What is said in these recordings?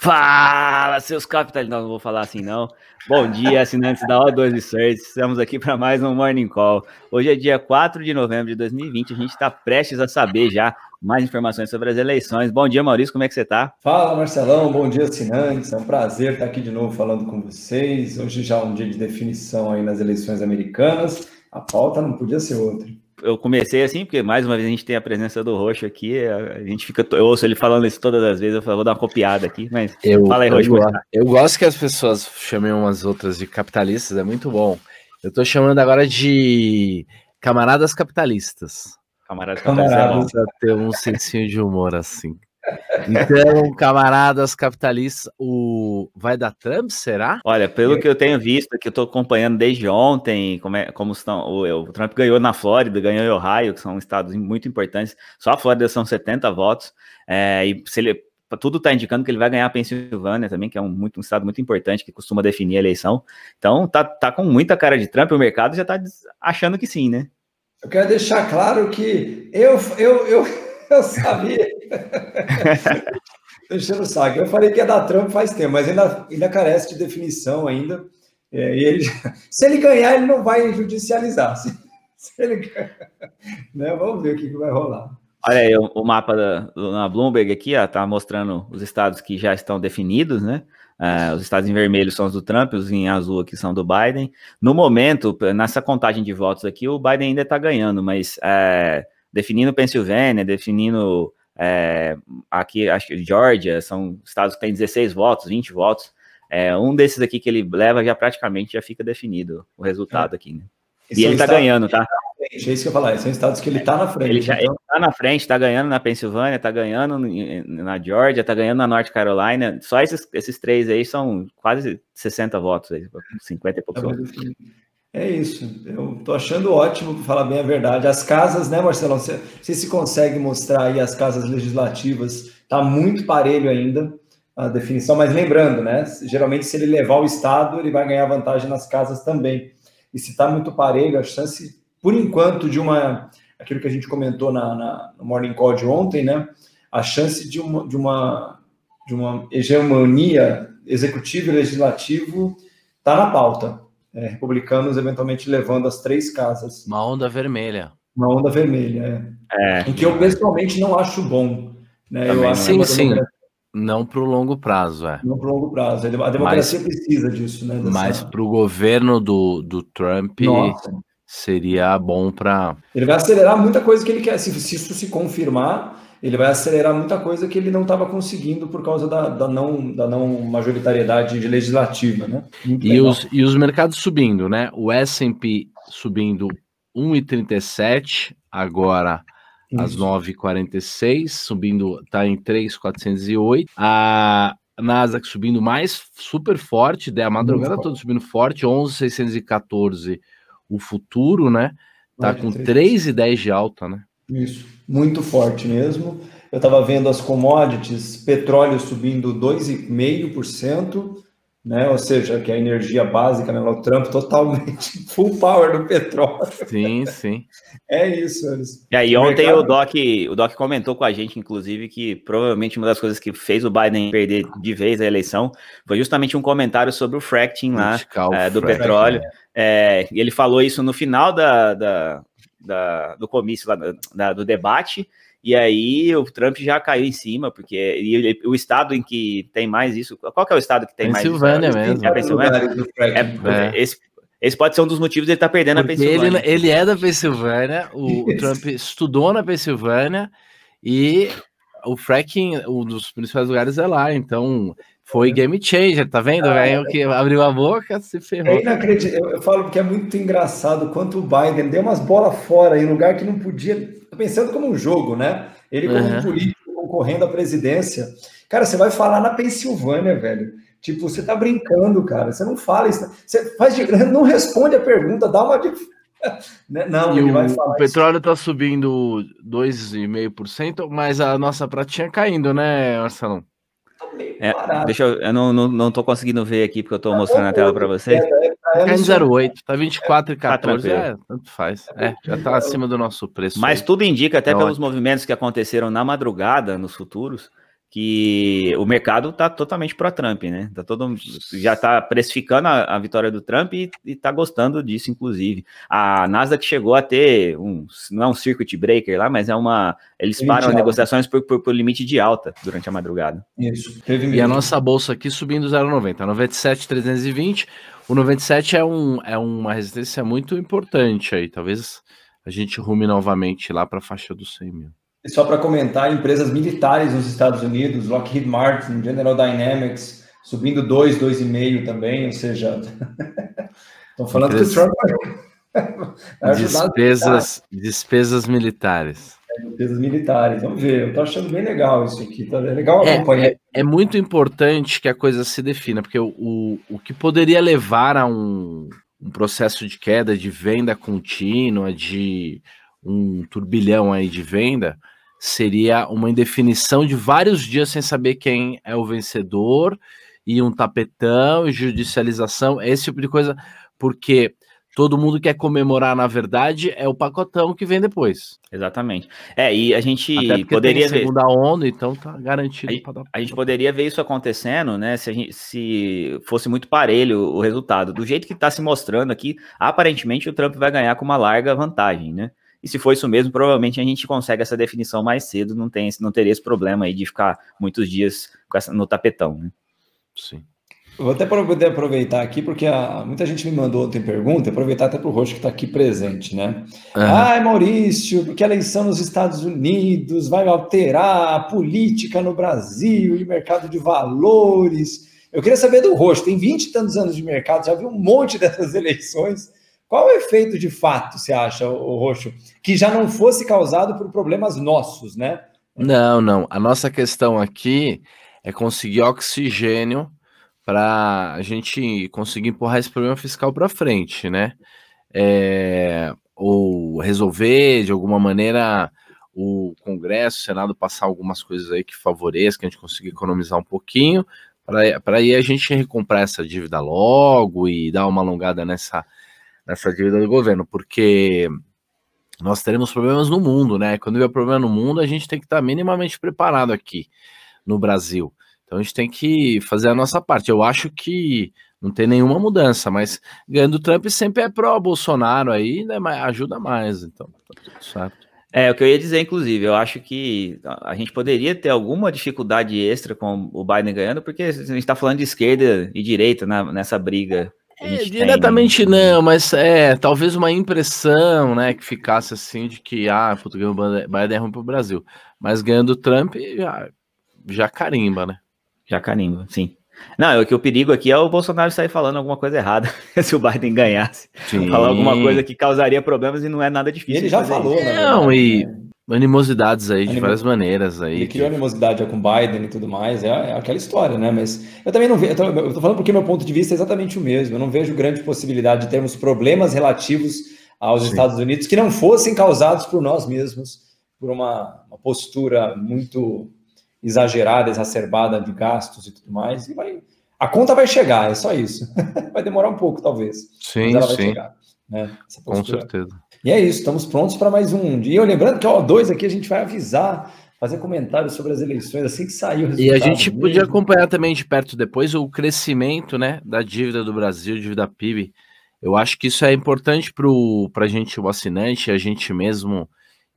Fala, seus capitalistas. Não vou falar assim, não. Bom dia, assinantes da O2 Research. Estamos aqui para mais um Morning Call. Hoje é dia 4 de novembro de 2020. A gente está prestes a saber já mais informações sobre as eleições. Bom dia, Maurício. Como é que você está? Fala, Marcelão. Bom dia, assinantes. É um prazer estar aqui de novo falando com vocês. Hoje já é um dia de definição aí nas eleições americanas. A pauta não podia ser outra. Eu comecei assim, porque mais uma vez a gente tem a presença do Roxo aqui, a gente fica, eu ouço ele falando isso todas as vezes, eu falo, vou dar uma copiada aqui, mas fala aí, Roxo. Eu gosto que as pessoas chamem umas outras de capitalistas, é muito bom. Eu tô chamando agora de camaradas capitalistas. Camaradas capitalistas é bom. Ter um sensinho de humor assim. Então, camaradas capitalistas, vai dar Trump, será? Olha, pelo que eu tenho visto, que eu tô acompanhando desde ontem, como estão, o Trump ganhou na Flórida, ganhou em Ohio, que são estados muito importantes, só a Flórida são 70 votos, e se ele, tudo tá indicando que ele vai ganhar a Pensilvânia também, que é um estado muito importante, que costuma definir a eleição, então tá com muita cara de Trump, o mercado já tá achando que sim, né? Eu quero deixar claro que eu sabia. Deixando o saco. Eu falei que ia dar Trump faz tempo, mas ainda carece de definição ainda. E se ele ganhar, ele não vai judicializar. Se ele ganhar, né? Vamos ver o que vai rolar. Olha aí o mapa na Bloomberg aqui, ó, tá mostrando os estados que já estão definidos, né? Os estados em vermelho são os do Trump, os em azul aqui são do Biden. No momento, nessa contagem de votos aqui, o Biden ainda está ganhando, mas definindo Pensilvânia, definindo aqui, acho que Georgia, são estados que têm 16 votos, 20 votos. Um desses aqui que ele leva já praticamente já fica definido o resultado aqui, né? E ele tá ganhando, tá? É isso que eu ia falar, são estados que ele tá na frente. Ele tá na frente, tá ganhando na Pensilvânia, tá ganhando na Georgia, tá ganhando na North Carolina. Só esses três aí são quase 60 votos aí, 50 e poucos votos. É isso, eu tô achando ótimo, para falar bem a verdade. As casas, né, Marcelão? Você se consegue mostrar aí as casas legislativas, tá muito parelho ainda a definição, mas lembrando, né? Geralmente, se ele levar o estado, ele vai ganhar vantagem nas casas também. E se tá muito parelho, a chance, por enquanto, aquilo que a gente comentou no Morning Call de ontem, né? A chance de uma hegemonia executivo e legislativo tá na pauta. Republicanos eventualmente levando as três casas. Uma onda vermelha. Uma onda vermelha, o que eu pessoalmente não acho bom. Né? Eu acho sim. Não para o longo prazo, Não para o longo prazo. A democracia precisa disso, né? Mas para o governo do Trump, seria bom para... Ele vai acelerar muita coisa que ele quer. Se isso se confirmar, ele vai acelerar muita coisa que ele não estava conseguindo por causa da não majoritariedade legislativa, né? E os mercados subindo, né? O S&P subindo 1,37, agora às 9h46, subindo, tá em 3.408. A Nasdaq subindo mais, super forte, a madrugada toda subindo forte, 11.614 o futuro, né? Tá com 3,10 de alta, né? Isso, muito forte mesmo. Eu estava vendo as commodities, petróleo subindo 2,5%, né? Ou seja, que a energia básica, né? O Trump totalmente full power do petróleo. Sim. É isso. E aí ontem o Doc comentou com a gente, inclusive, que provavelmente uma das coisas que fez o Biden perder de vez a eleição foi justamente um comentário sobre o fracking lá do petróleo. E ele falou isso no final do comício, do debate, e aí o Trump já caiu em cima, porque o estado em que tem mais isso, qual que é o estado que tem Pensilvânia mais isso? Mesmo. Pensilvânia? Esse pode ser um dos motivos de ele estar perdendo porque a Pensilvânia. Ele é da Pensilvânia, o Trump estudou na Pensilvânia, e o fracking, um dos principais lugares é lá, então... Foi game changer, tá vendo? O que abriu a boca, se ferrou. É inacreditável. Eu falo que é muito engraçado quanto o Biden deu umas bolas fora em lugar que não podia. Tô pensando como um jogo, né? Ele como um político concorrendo à presidência. Cara, você vai falar na Pensilvânia, velho. Tipo, você tá brincando, cara. Você não fala isso. Você não responde a pergunta, dá uma... Não, ele vai falar. O petróleo tá subindo 2,5%, mas a nossa pratinha caindo, né, Marcelão? Eu não tô conseguindo ver aqui porque eu tô mostrando na tela para vocês. Tá em 0,8, tá 24,14, tanto faz. Já tá acima do nosso preço. Mas tudo indica, até pelos movimentos que aconteceram na madrugada nos futuros, que o mercado está totalmente pró-Trump, né? Já está precificando a vitória do Trump e está gostando disso, inclusive. A Nasdaq chegou a ter não é um circuit breaker lá, mas eles param as negociações por limite de alta durante a madrugada. Isso. E a nossa bolsa aqui subindo 0,90, 97,320. O 97 é uma resistência muito importante aí. Talvez a gente rume novamente lá para a faixa dos 100 mil. E só para comentar, empresas militares nos Estados Unidos, Lockheed Martin, General Dynamics, subindo 2,5 também, ou seja, estão falando que o Trump vai ajudar despesas militares. Despesas militares, vamos ver, eu estou achando bem legal isso aqui, tá legal acompanhar. É muito importante que a coisa se defina, porque o que poderia levar a um processo de queda, de venda contínua, de um turbilhão aí de venda, seria uma indefinição de vários dias sem saber quem é o vencedor, e um tapetão, e judicialização, esse tipo de coisa, porque todo mundo quer comemorar, na verdade, é o pacotão que vem depois. Exatamente. E a gente poderia ver segunda onda, então tá garantido. A gente poderia ver isso acontecendo, né? Se fosse muito parelho o resultado. Do jeito que está se mostrando aqui, aparentemente o Trump vai ganhar com uma larga vantagem, né? E se for isso mesmo, provavelmente a gente consegue essa definição mais cedo, não teria esse problema aí de ficar muitos dias no tapetão, né? Sim. Eu vou até poder aproveitar aqui, porque muita gente me mandou ontem pergunta, aproveitar até para o Roxo que está aqui presente, né? Maurício, porque a eleição nos Estados Unidos vai alterar a política no Brasil e o mercado de valores. Eu queria saber do Roxo, tem 20 e tantos anos de mercado, já viu um monte dessas eleições. Qual é o efeito de fato, você acha, o Roxo, que já não fosse causado por problemas nossos, né? Não. A nossa questão aqui é conseguir oxigênio para a gente conseguir empurrar esse problema fiscal para frente, né? Ou resolver, de alguma maneira, o Congresso, o Senado passar algumas coisas aí que favoreçam, que a gente consiga economizar um pouquinho, para aí a gente recomprar essa dívida logo e dar uma alongada nessa dívida do governo, porque nós teremos problemas no mundo, né? Quando vier problema no mundo, a gente tem que estar minimamente preparado aqui no Brasil. Então a gente tem que fazer a nossa parte. Eu acho que não tem nenhuma mudança, mas ganhando o Trump sempre é pró-Bolsonaro aí, né? Mas ajuda mais, então tá tudo certo. O que eu ia dizer, inclusive, eu acho que a gente poderia ter alguma dificuldade extra com o Biden ganhando, porque a gente está falando de esquerda e direita nessa briga. Diretamente tem, né? Não, mas talvez uma impressão, né, que ficasse assim de que ganhando o Biden é ruim pro Brasil, mas ganhando o Trump já carimba, né? Já carimba, sim. Não, o perigo aqui é o Bolsonaro sair falando alguma coisa errada, se o Biden ganhasse. Sim. Falar alguma coisa que causaria problemas e não é nada difícil. Ele já falou, né? Não, e animosidades aí de várias maneiras aí. Ele criou animosidade com Biden e tudo mais, é aquela história, né? Mas eu também não vejo, eu tô falando porque meu ponto de vista é exatamente o mesmo. Eu não vejo grande possibilidade de termos problemas relativos aos Estados Unidos que não fossem causados por nós mesmos, por uma postura muito exagerada, exacerbada de gastos e tudo mais. E a conta vai chegar, é só isso. Vai demorar um pouco, talvez. Sim, mas ela vai chegar. Né? Com certeza. E é isso, estamos prontos para mais um dia. Lembrando que O2 aqui a gente vai avisar, fazer comentários sobre as eleições assim que sair o resultado. E a gente podia acompanhar também de perto depois o crescimento, né, da dívida do Brasil, dívida PIB. Eu acho que isso é importante para a gente, o assinante, a gente mesmo,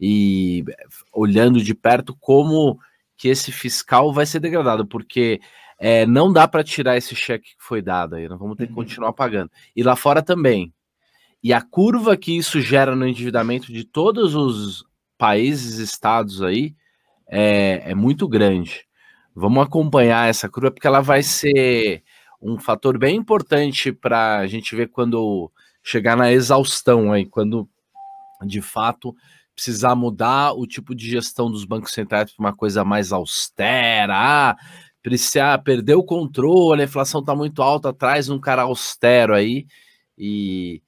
e olhando de perto como que esse fiscal vai ser degradado, porque não dá para tirar esse cheque que foi dado aí, nós vamos ter que continuar pagando. E lá fora também. E a curva que isso gera no endividamento de todos os países, estados aí, é muito grande. Vamos acompanhar essa curva, porque ela vai ser um fator bem importante para a gente ver quando chegar na exaustão aí, quando de fato precisar mudar o tipo de gestão dos bancos centrais para uma coisa mais austera, precisar perder o controle, a inflação está muito alta, traz um cara austero aí e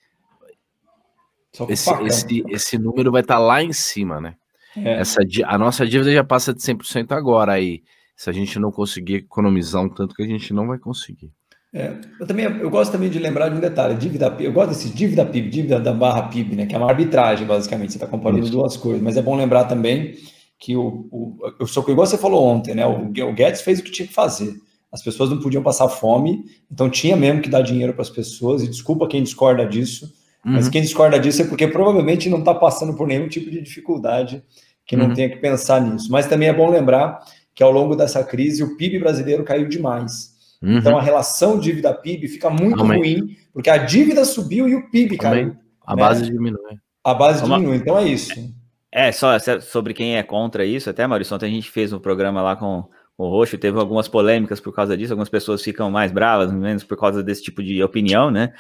esse número vai estar lá em cima, né? A nossa dívida já passa de 100% agora aí, se a gente não conseguir economizar um tanto que a gente não vai conseguir. Eu gosto também de lembrar de um detalhe, dívida PIB, eu gosto desse dívida PIB, dívida da barra PIB, né, que é uma arbitragem, basicamente, você está comparando duas coisas, mas é bom lembrar também que só que igual você falou ontem, né? O Guedes fez o que tinha que fazer. As pessoas não podiam passar fome, então tinha mesmo que dar dinheiro para as pessoas, e desculpa quem discorda disso, mas quem discorda disso é porque provavelmente não está passando por nenhum tipo de dificuldade que não tenha que pensar nisso. Mas também é bom lembrar que ao longo dessa crise o PIB brasileiro caiu demais. Então a relação dívida-PIB fica muito ruim, porque a dívida subiu e o PIB caiu. A base diminui. A base diminui, então é isso. Só sobre quem é contra isso, até, Maurício, ontem a gente fez um programa lá com o Roxo, teve algumas polêmicas por causa disso, algumas pessoas ficam mais bravas, menos por causa desse tipo de opinião, né?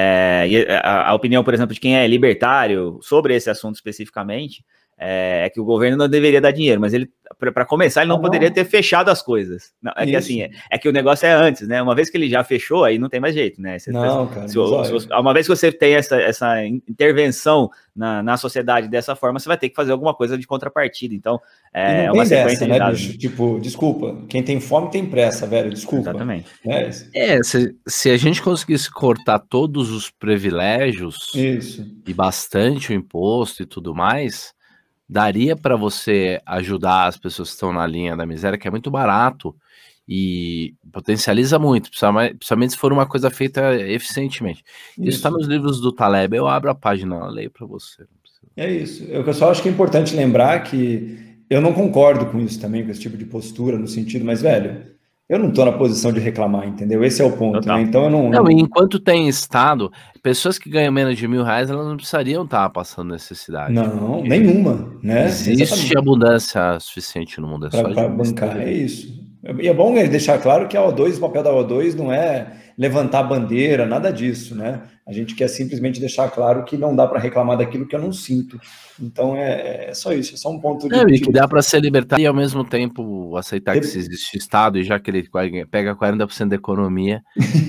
E a opinião, por exemplo, de quem é libertário sobre esse assunto especificamente, é que o governo não deveria dar dinheiro, mas ele, para começar, ele não poderia ter fechado as coisas. Não, que assim, que o negócio é antes, né? Uma vez que ele já fechou, aí não tem mais jeito, né? Uma vez que você tem essa intervenção na sociedade dessa forma, você vai ter que fazer alguma coisa de contrapartida. Então, é uma sequência de dados. Bicho? Tipo, desculpa, quem tem fome tem pressa, velho, desculpa. Exatamente. Se a gente conseguisse cortar todos os privilégios e bastante o imposto e tudo mais, daria para você ajudar as pessoas que estão na linha da miséria, que é muito barato e potencializa muito, principalmente se for uma coisa feita eficientemente. Isso está nos livros do Taleb, eu abro a página, eu leio para você. É isso. Eu só acho que é importante lembrar que eu não concordo com isso também, com esse tipo de postura, no sentido, mas, velho, eu não estou na posição de reclamar, entendeu? Esse é o ponto, né? Então eu não... enquanto tem Estado, pessoas que ganham menos de R$1.000, elas não precisariam estar passando necessidade. Não, nenhuma, né? Existe abundância suficiente no mundo, para bancar, é isso. E é bom deixar claro que o papel da O2 não é levantar bandeira, nada disso, né? A gente quer simplesmente deixar claro que não dá para reclamar daquilo que eu não sinto. Então é só isso, é só um ponto de... que dá para ser libertário e ao mesmo tempo aceitar que se existe Estado, e já que ele pega 40% da economia...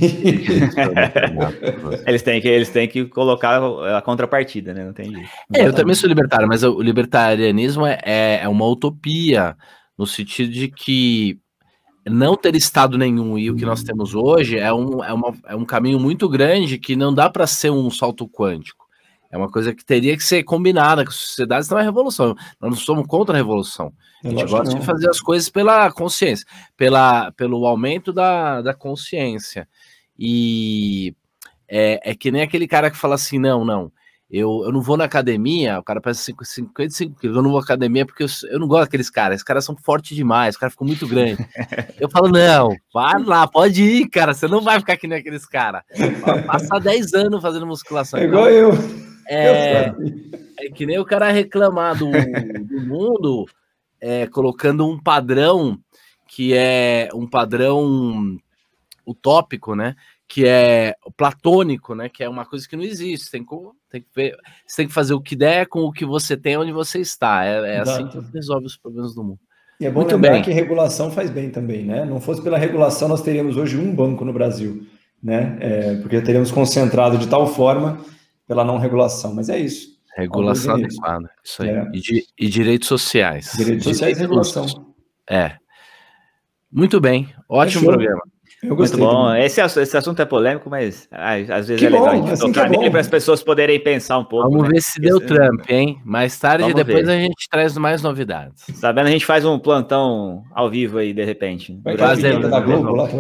eles têm que colocar a contrapartida, né? Não tem jeito. Eu também sou libertário, mas o libertarianismo é uma utopia, no sentido de que não ter Estado nenhum e o que nós temos hoje é um caminho muito grande que não dá para ser um salto quântico. É uma coisa que teria que ser combinada com a sociedade, senão é revolução. Nós não somos contra a revolução. A gente gosta de fazer as coisas pela consciência, pelo aumento da consciência. E é que nem aquele cara que fala assim, não, eu não vou na academia, o cara pesa 55 quilos, eu não vou na academia porque eu não gosto daqueles caras, esses caras são fortes demais, os caras ficam muito grandes. Eu falo, não, vai lá, pode ir, cara, você não vai ficar que nem aqueles caras. Passa 10 anos fazendo musculação. É igual eu. É que nem o cara reclamar do mundo, colocando um padrão que é um padrão utópico, né? Que é platônico, né? Que é uma coisa que não existe. Você tem que fazer o que der com o que você tem onde você está. É assim que você resolve os problemas do mundo. E é bom lembrar que regulação faz bem também, né? Não fosse pela regulação, nós teríamos hoje um banco no Brasil, né? Porque teríamos concentrado de tal forma pela não regulação. Mas é isso. Regulação adequada. Isso aí. E direitos sociais. Direitos sociais e regulação. Muito bem. Ótimo programa. Eu gostei. Muito bom. Esse assunto é polêmico, mas às vezes é legal a gente tocar nele para as pessoas poderem pensar um pouco. Vamos ver se deu Trump, hein? Mais tarde, depois a gente traz mais novidades. Sabendo, a gente faz um plantão ao vivo aí, de repente. Vai fazer da Globo lá.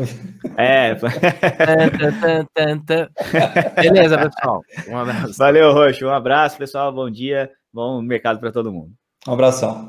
Beleza, pessoal. Um abraço. Valeu, Roxo. Um abraço, pessoal. Bom dia. Bom mercado para todo mundo. Um abração.